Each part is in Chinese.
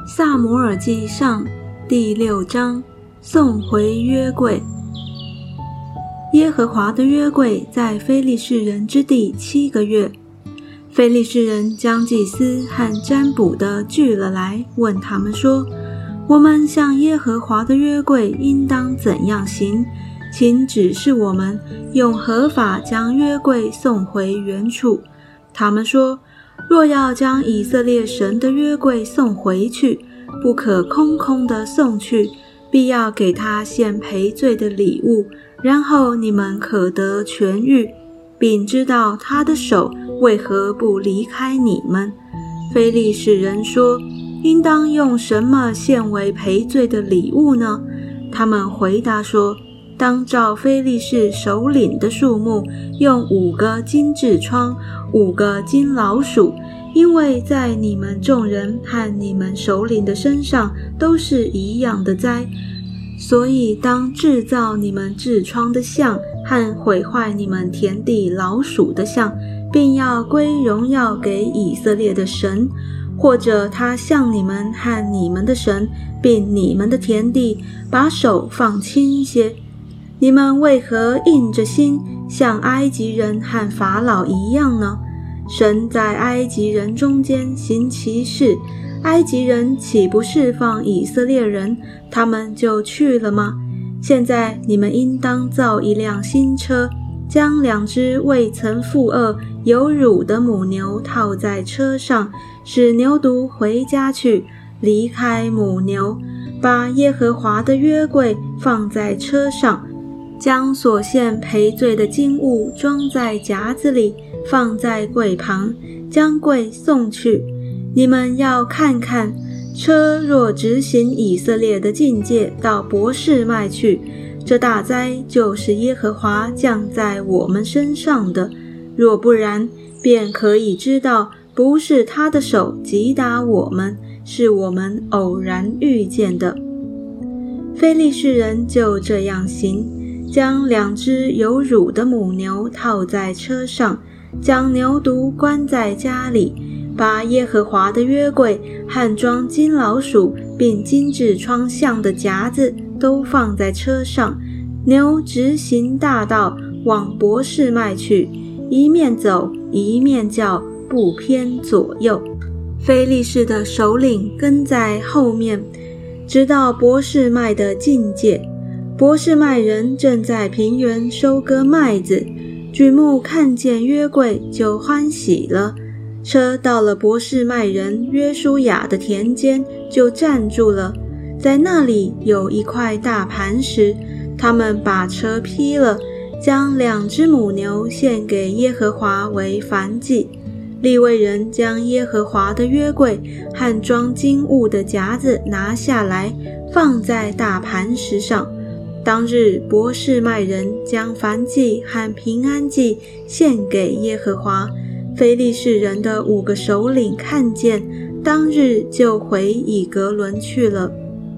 撒母耳记上第6章，送回约柜。耶和华的约柜在非利士人之地7个月。非利士人将祭司和占卜的聚了来，问他们说：我们向耶和华的约柜应当怎样行？请指示我们，用何法将约柜送回原处。他们说：若要将以色列神的约柜送回去，不可空空的送去，必要给他献赔罪的礼物，然后你们可得痊愈，并知道他的手为何不离开你们。非利士人说：应当用什么献为赔罪的礼物呢？他们回答说：当照非利士首领的数目，用5个金痔疮，5个金老鼠，因为在你们众人和你们首领的身上都是一样的灾，所以当制造你们痔疮的像和毁坏你们田地老鼠的像，并要归荣耀给以色列的神，或者他向你们和你们的神，并你们的田地把手放轻些。你们为何硬着心，像埃及人和法老一样呢？神在埃及人中间行奇事，埃及人岂不释放以色列人，他们就去了吗？现在你们应当造一辆新车，将2只未曾负恶有乳的母牛套在车上，使牛犊回家去，离开母牛，把耶和华的约柜放在车上，将所献赔罪的金物装在夹子里，放在柜旁，将柜送去。你们要看看，车若直行以色列的境界到伯示麦去，这大灾就是耶和华降在我们身上的；若不然，便可以知道不是他的手击打我们，是我们偶然遇见的。非利士人就这样行，将2只有乳的母牛套在车上，将牛犊关在家里，把耶和华的约柜和装金老鼠并金痔疮像的夹子都放在车上。牛直行大道，往伯示麦去，一面走一面叫，不偏左右。非利士的首领跟在后面，直到伯示麦的境界。伯示麦人正在平原收割麦子，举目看见约柜就欢喜了。车到了伯示麦人约书亚的田间，就站住了。在那里有一块大磐石，他们把车劈了，将2只母牛献给耶和华为燔祭。利未人将耶和华的约柜和装金物的夹子拿下来，放在大磐石上。当日伯示麦人将燔祭和平安祭献给耶和华。非利士人的5个首领看见，当日就回以革伦去了。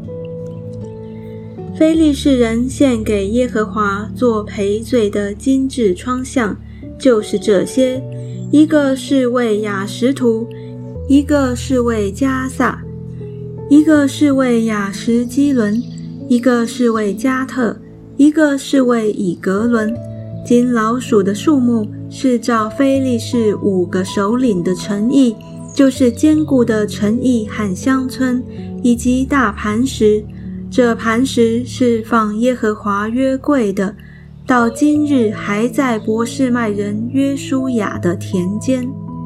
非利士人献给耶和华做赔罪的金痔疮像，就是这些：一个是为亚实图，一个是为迦萨，一个是为亚实基伦，一个是为加特，一个是为以革伦。金老鼠的数目是照非利士5个首领的城邑，就是坚固的城邑和乡村，以及大磐石。这磐石是放耶和华约柜的，到今日还在伯示麦人约书亚的田间。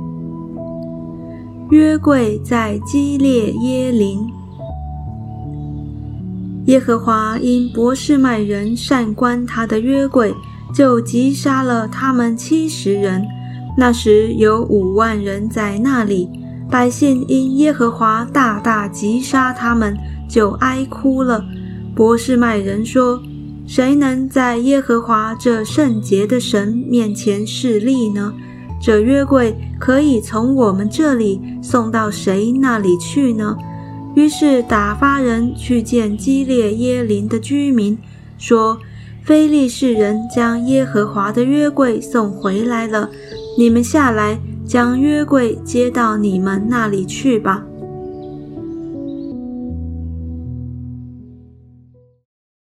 约柜在基列耶琳。耶和华因伯示麦人擅观他的约柜，就击杀了他们70人。那时有5万人在那里，百姓因耶和华大大击杀他们，就哀哭了。伯示麦人说：谁能在耶和华这圣洁的神面前侍立呢？这约柜可以从我们这里送到谁那里去呢？于是打发人去见基列耶琳的居民，说：非利士人将耶和华的约柜送回来了，你们下来，将约柜接到你们那里去吧。